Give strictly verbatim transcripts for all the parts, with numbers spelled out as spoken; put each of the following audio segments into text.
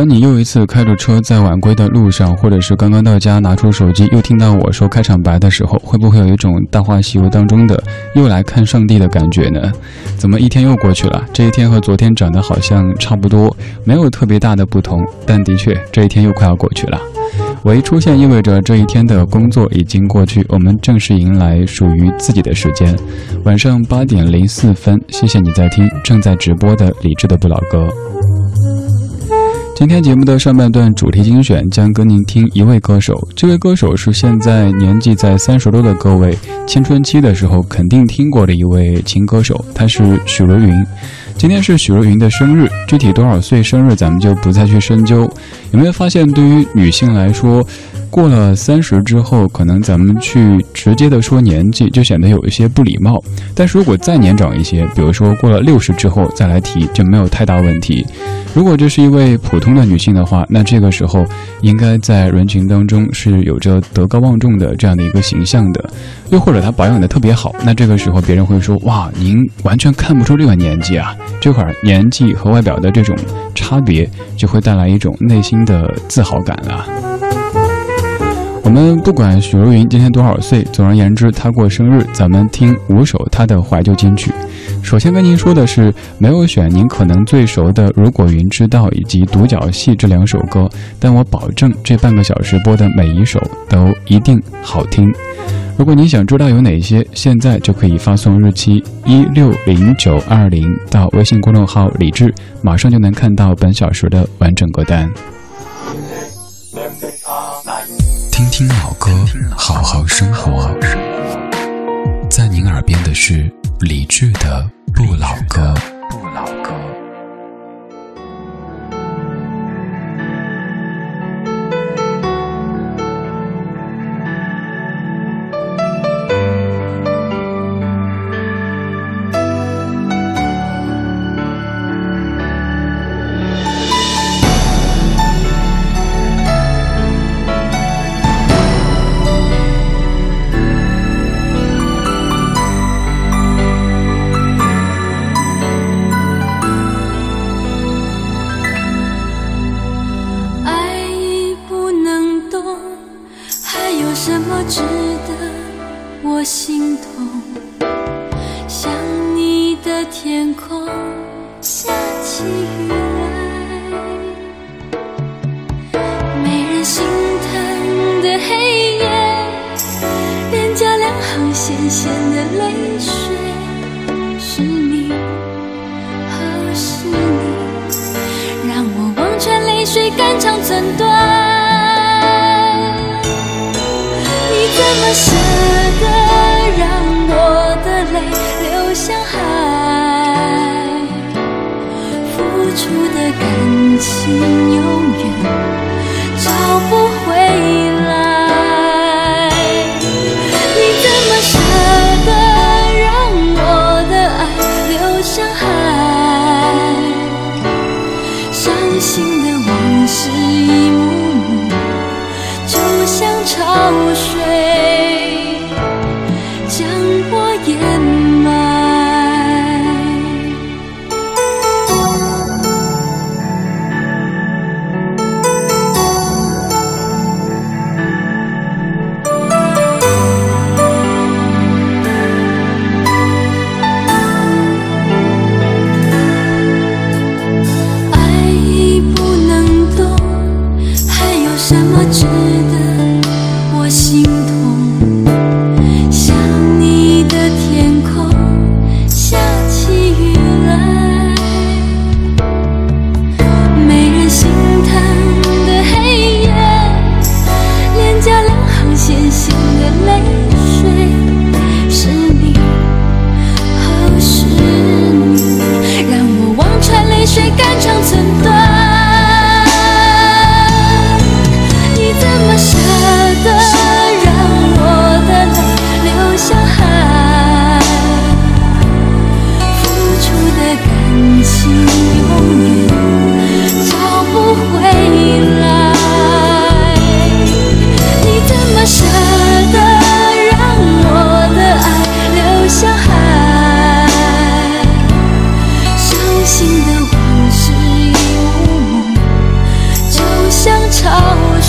当你又一次开着车在晚归的路上，或者是刚刚到家拿出手机又听到我说开场白的时候，会不会有一种大话西游当中的又来看上帝的感觉呢？怎么一天又过去了，这一天和昨天长得好像差不多，没有特别大的不同，但的确这一天又快要过去了。我一出现意味着这一天的工作已经过去，我们正式迎来属于自己的时间。晚上八点零四分，谢谢你在听正在直播的理智的不老歌。今天节目的上半段主题精选将跟您听一位歌手，这位歌手是现在年纪在三十多的各位青春期的时候肯定听过的一位情歌手，他是许茹芸。今天是许茹芸的生日，具体多少岁生日咱们就不再去深究。有没有发现对于女性来说，过了三十之后，可能咱们去直接的说年纪就显得有一些不礼貌，但是如果再年长一些，比如说过了六十之后再来提，就没有太大问题。如果这是一位普通的女性的话，那这个时候应该在人群当中是有着德高望重的这样的一个形象的。又或者她保养的特别好，那这个时候别人会说，哇，您完全看不出这个年纪啊。这会儿年纪和外表的这种差别就会带来一种内心的自豪感了。我们不管许茹芸今天多少岁，总而言之她过生日，咱们听五首她的怀旧金曲。首先跟您说的是，没有选您可能最熟的《如果云知道》以及《独角戏》这两首歌，但我保证这半个小时播的每一首都一定好听。如果您想知道有哪些，现在就可以发送日期一六零九二零到微信公众号理智，马上就能看到本小时的完整歌单。听听老歌，好好生活。在您耳边的是理智的不老歌。不老歌。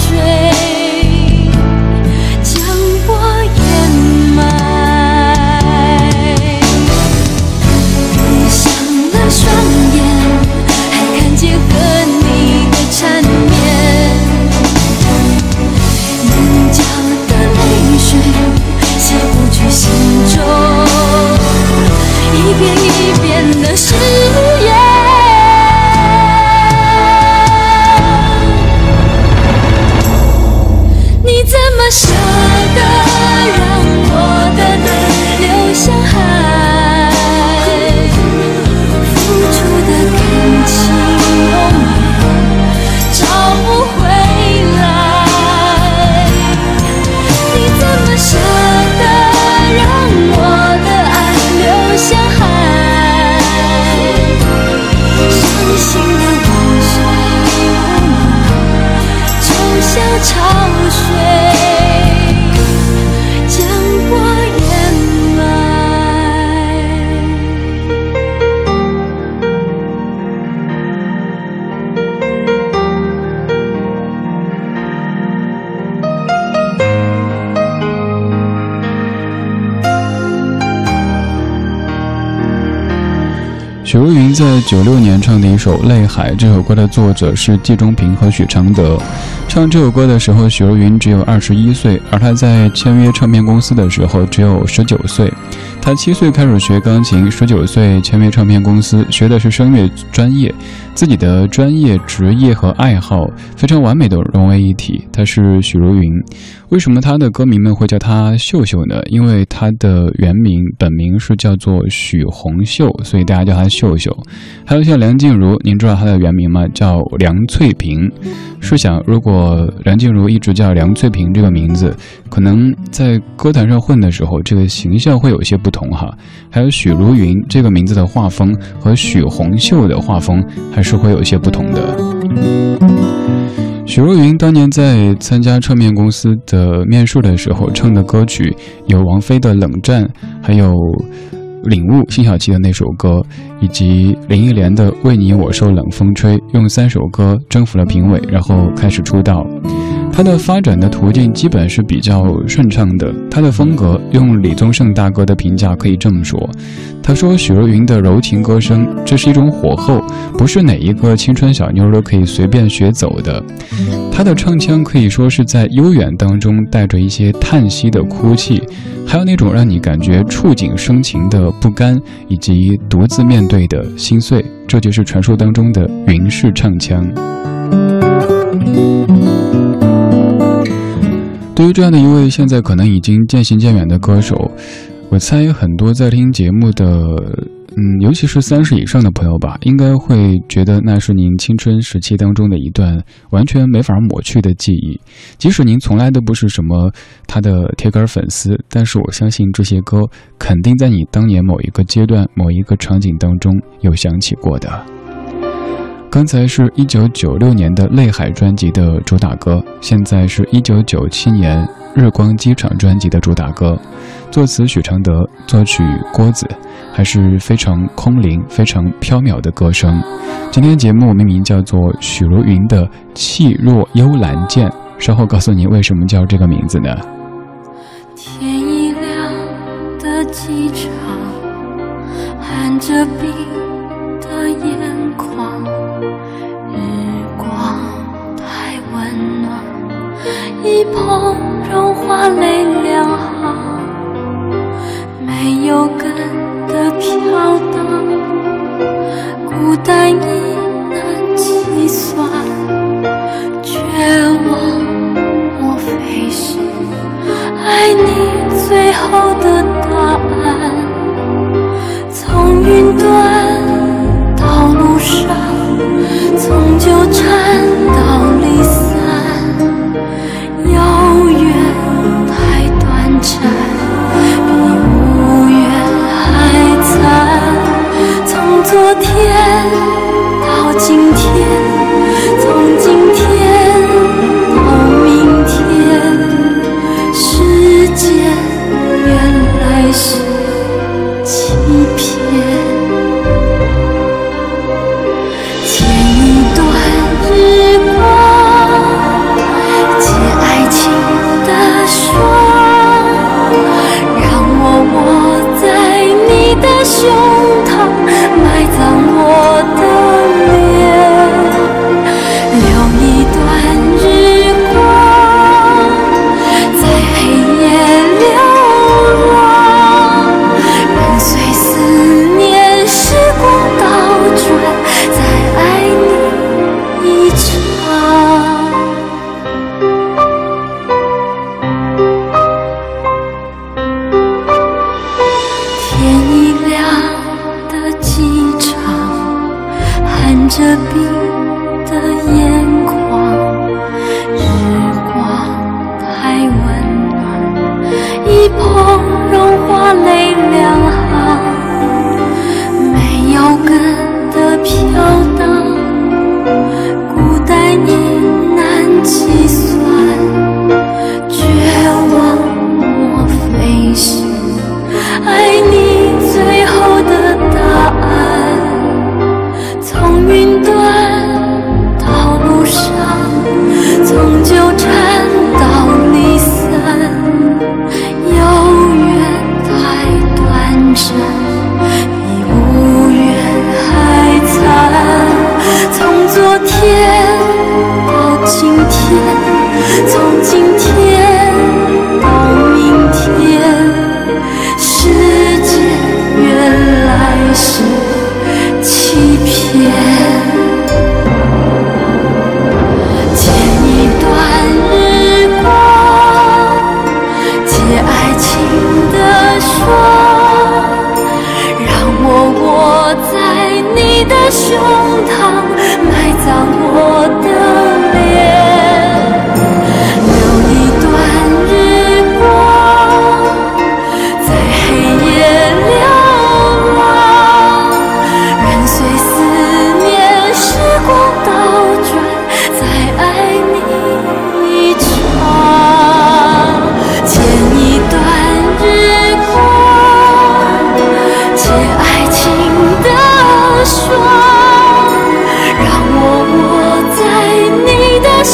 许茹芸在九六年唱的一首《泪海》，这首歌的作者是季中平和许常德。唱这首歌的时候，许茹芸只有二十一岁，而她在签约唱片公司的时候只有十九岁。她七岁开始学钢琴，十九岁签约唱片公司，学的是声乐专业，自己的专业、职业和爱好非常完美的融为一体。她是许茹芸。为什么她的歌迷们会叫她秀秀呢？因为她的原名本名是叫做许红秀，所以大家叫她秀秀。还有像梁静茹，您知道她的原名吗？叫梁翠萍。试想，如果梁静茹一直叫梁翠萍这个名字，可能在歌坛上混的时候，这个形象会有些不同哈。还有许茹芸这个名字的画风和许红秀的画风还是会有些不同的。许茹芸当年在参加唱片公司的面试的时候唱的歌曲有王菲的《冷战》，还有领悟辛晓琪的那首歌，以及林忆莲的《为你我受冷风吹》，用三首歌征服了评委，然后开始出道。他的发展的途径基本是比较顺畅的，他的风格用李宗盛大哥的评价可以这么说，他说许茹芸的柔情歌声，这是一种火候，不是哪一个青春小妞都可以随便学走的。他的唱腔可以说是在悠远当中带着一些叹息的哭泣，还有那种让你感觉触景生情的不甘，以及独自面对的心碎，这就是传说当中的云式唱腔。对于这样的一位现在可能已经渐行渐远的歌手，我猜很多在听节目的嗯，尤其是三十以上的朋友吧，应该会觉得那是您青春时期当中的一段完全没法抹去的记忆。即使您从来都不是什么他的铁杆粉丝，但是我相信这些歌肯定在你当年某一个阶段、某一个场景当中有响起过的。刚才是一九九六年的《泪海》专辑的主打歌，现在是一九九七年《日光机场》专辑的主打歌。作词许常德，作曲郭子，还是非常空灵、非常飘渺的歌声。今天节目命名叫做许茹芸的《气若幽兰剑》，稍后告诉你为什么叫这个名字呢？ 天一亮的机场，含着冰的眼眶，日光太温暖，一碰融化泪两行，没有根的飘荡，孤单亦难计算，绝望莫非是爱你最后的答案？从云端到路上，从纠缠到离散，遥远太短暂，比无缘还惨。从昨天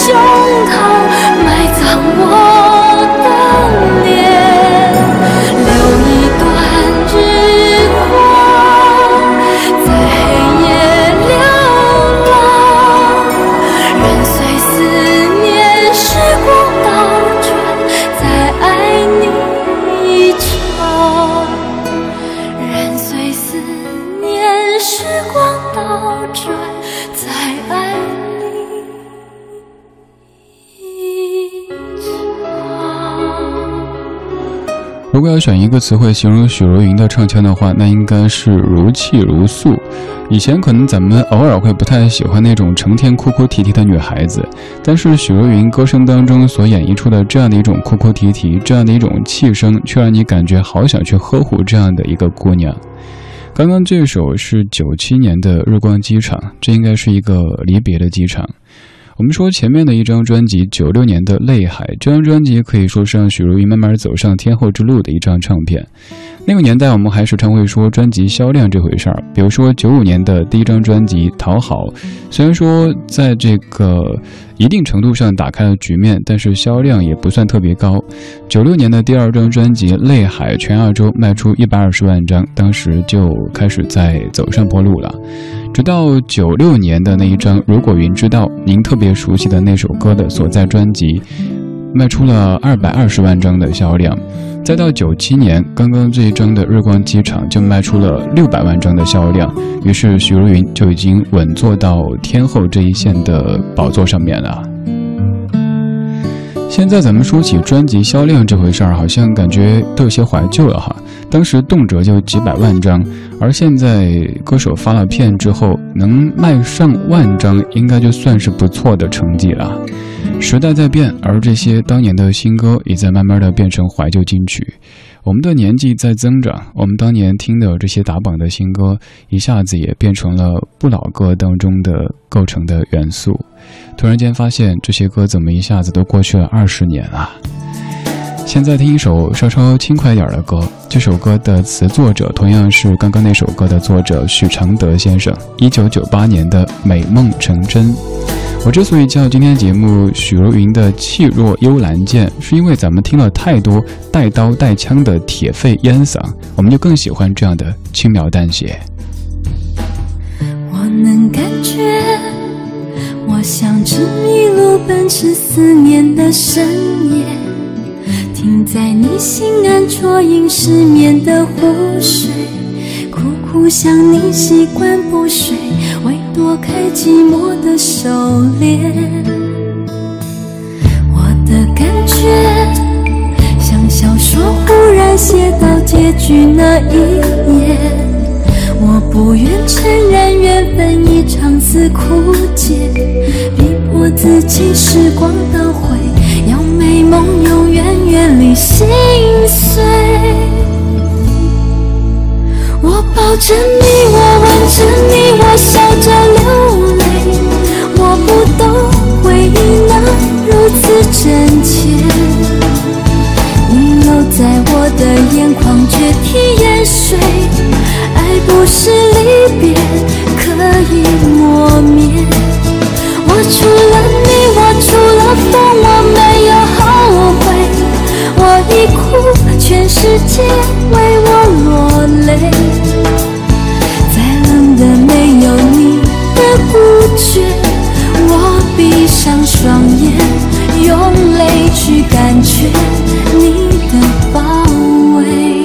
胸膛埋葬我的脸，留一段日光在黑夜流浪，任随思念时光倒转，再爱你一场，任随思念时光倒转，再爱你一场。 如果要选一个词汇形容许茹芸的唱腔的话，那应该是如泣如诉。以前可能咱们偶尔会不太喜欢那种成天哭哭啼啼的女孩子，但是许茹芸歌声当中所演绎出的这样的一种哭哭啼啼，这样的一种气声，却让你感觉好想去呵护这样的一个姑娘。刚刚这首是九七年的日光机场，这应该是一个离别的机场。我们说前面的一张专辑九六年的泪海，这张专辑可以说是让许茹芸慢慢走上天后之路的一张唱片。那个年代我们还时常会说专辑销量这回事儿，比如说九五年的第一张专辑讨好，虽然说在这个一定程度上打开了局面，但是销量也不算特别高。九六年的第二张专辑泪海全亚洲卖出一百二十万张，当时就开始在走上坡路了。直到九六年的那一张如果云知道，您特别熟悉的那首歌的所在专辑卖出了二百二十万张的销量，再到九七年刚刚这一张的日光机场就卖出了六百万张的销量，于是许茹芸就已经稳坐到天后这一线的宝座上面了。现在咱们说起专辑销量这回事儿，好像感觉都有些怀旧了哈。当时动辄就几百万张，而现在歌手发了片之后能卖上万张，应该就算是不错的成绩了。时代在变，而这些当年的新歌也在慢慢的变成怀旧金曲。我们的年纪在增长，我们当年听的这些打榜的新歌，一下子也变成了不老歌当中的构成的元素。突然间发现这些歌怎么一下子都过去了二十年啊！现在听一首稍稍轻快一点的歌，这首歌的词作者同样是刚刚那首歌的作者许常德先生，一九九八年的《美梦成真》。我之所以叫今天节目许茹芸的气若幽兰剑，是因为咱们听了太多带刀带枪的铁肺烟嗓，我们就更喜欢这样的轻描淡写。 我能感觉，我像只一路奔驰思念的深夜，停在你心安啜饮失眠的湖水，苦苦向你习惯不睡，为躲开寂寞的狩猎。我的感觉像小说忽然写到结局那一页，我不愿承认缘分一场似枯竭，逼迫自己时光倒回，要美梦永远远离心碎。我抱着你，我吻着你，我笑着流泪，我不懂回忆能如此真切，你留在我的眼眶决堤淹水，爱不是离别可以磨灭。我除了你，我除了风，我没有后悔，我一哭全世界为我落泪，再冷的没有你的不觉，我闭上双眼用泪去感觉你的包围。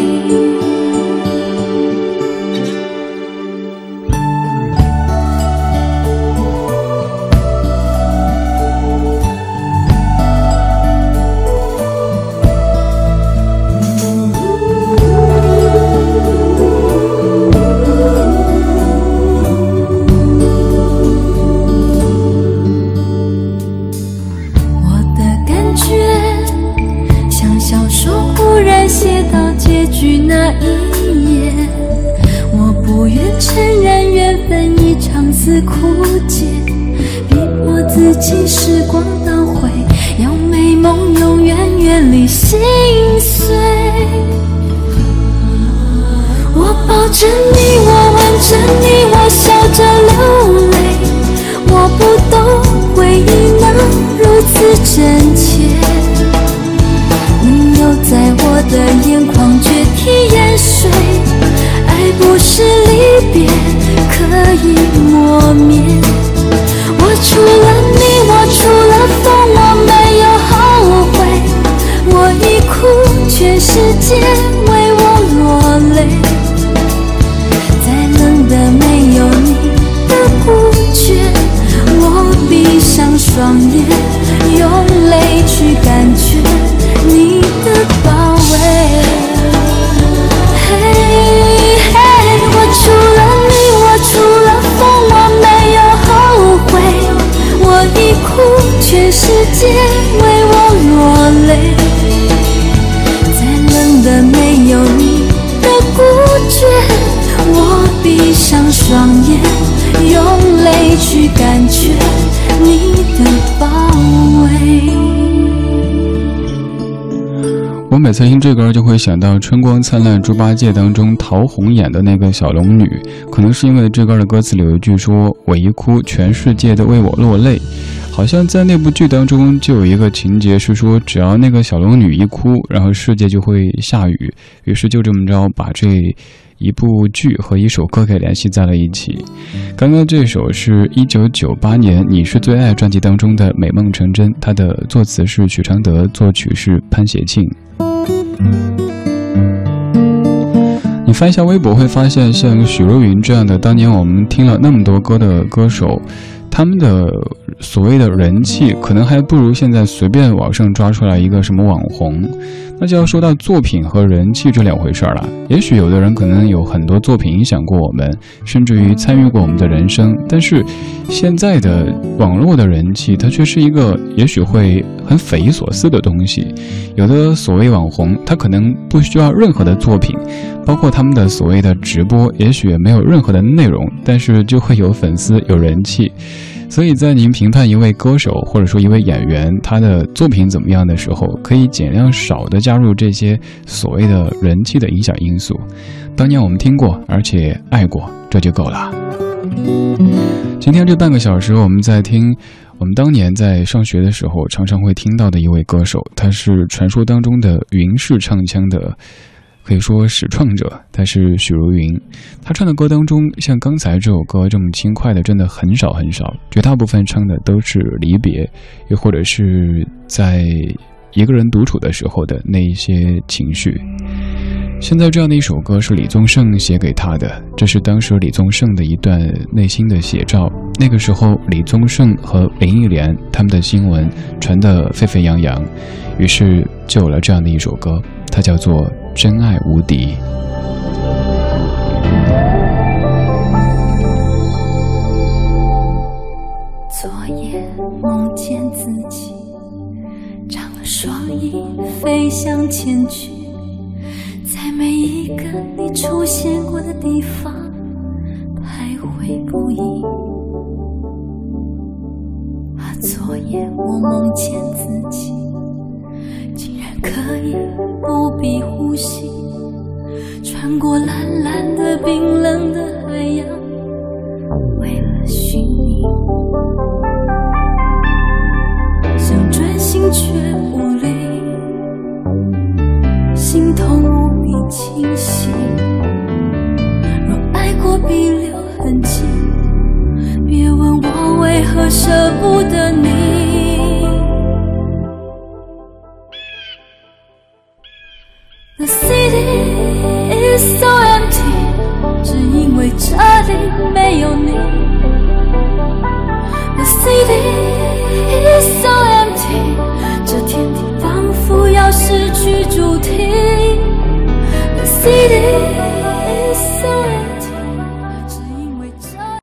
那一夜，我不愿承认缘分一场似枯竭，逼迫自己时光倒回，要美梦永远远离心碎。我抱着你，我吻着你，我笑着流泪，我不懂回忆能如双眼，用泪去感觉你的包围。嘿嘿，我除了你，我除了风，我没有后悔。我一哭，全世界为我落泪。再冷的没有你的孤绝，我闭上双眼，用泪去感觉你的包围。 我每次听这歌就会想到《春光灿烂猪八戒》当中陶虹演的那个小龙女，可能是因为这歌的歌词里有一句说我一哭全世界都为我落泪，好像在那部剧当中就有一个情节是说只要那个小龙女一哭，然后世界就会下雨，于是就这么着把这一部剧和一首歌给联系在了一起。刚刚这首是一九九八年《你是最爱》专辑当中的《美梦成真》，它的作词是许常德，作曲是潘协庆。你翻一下微博会发现，像许茹芸这样的当年我们听了那么多歌的歌手，他们的所谓的人气可能还不如现在随便网上抓出来一个什么网红。那就要说到作品和人气这两回事了。也许有的人可能有很多作品影响过我们，甚至于参与过我们的人生，但是现在的网络的人气它却是一个也许会很匪夷所思的东西。有的所谓网红，他可能不需要任何的作品，包括他们的所谓的直播也许也没有任何的内容，但是就会有粉丝有人气。所以在您评判一位歌手或者说一位演员他的作品怎么样的时候，可以尽量少的加入这些所谓的人气的影响因素。当年我们听过而且爱过，这就够了。今天这半个小时我们在听我们当年在上学的时候常常会听到的一位歌手，他是传说当中的云式唱腔的可以说始创者，她是许茹芸。她唱的歌当中，像刚才这首歌这么轻快的真的很少很少，绝大部分唱的都是离别，又或者是在一个人独处的时候的那一些情绪。现在这样的一首歌是李宗盛写给她的，这是当时李宗盛的一段内心的写照。那个时候李宗盛和林忆莲他们的新闻传得沸沸扬扬，于是就有了这样的一首歌，它叫做真爱无敌。 昨夜梦见自己长了双翼飞向前去，在每一个你出现过的地方徘徊不已。啊，昨夜我梦见自己竟然可以不必呼吸，穿过蓝蓝的冰冷的海洋，为了寻你，想专心却无力，心痛无比清晰。若爱过必留痕迹，别问我为何舍不得你。The city is so empty， 只因为这里没有你。The city is so empty， 这天地仿佛要失去主题。The city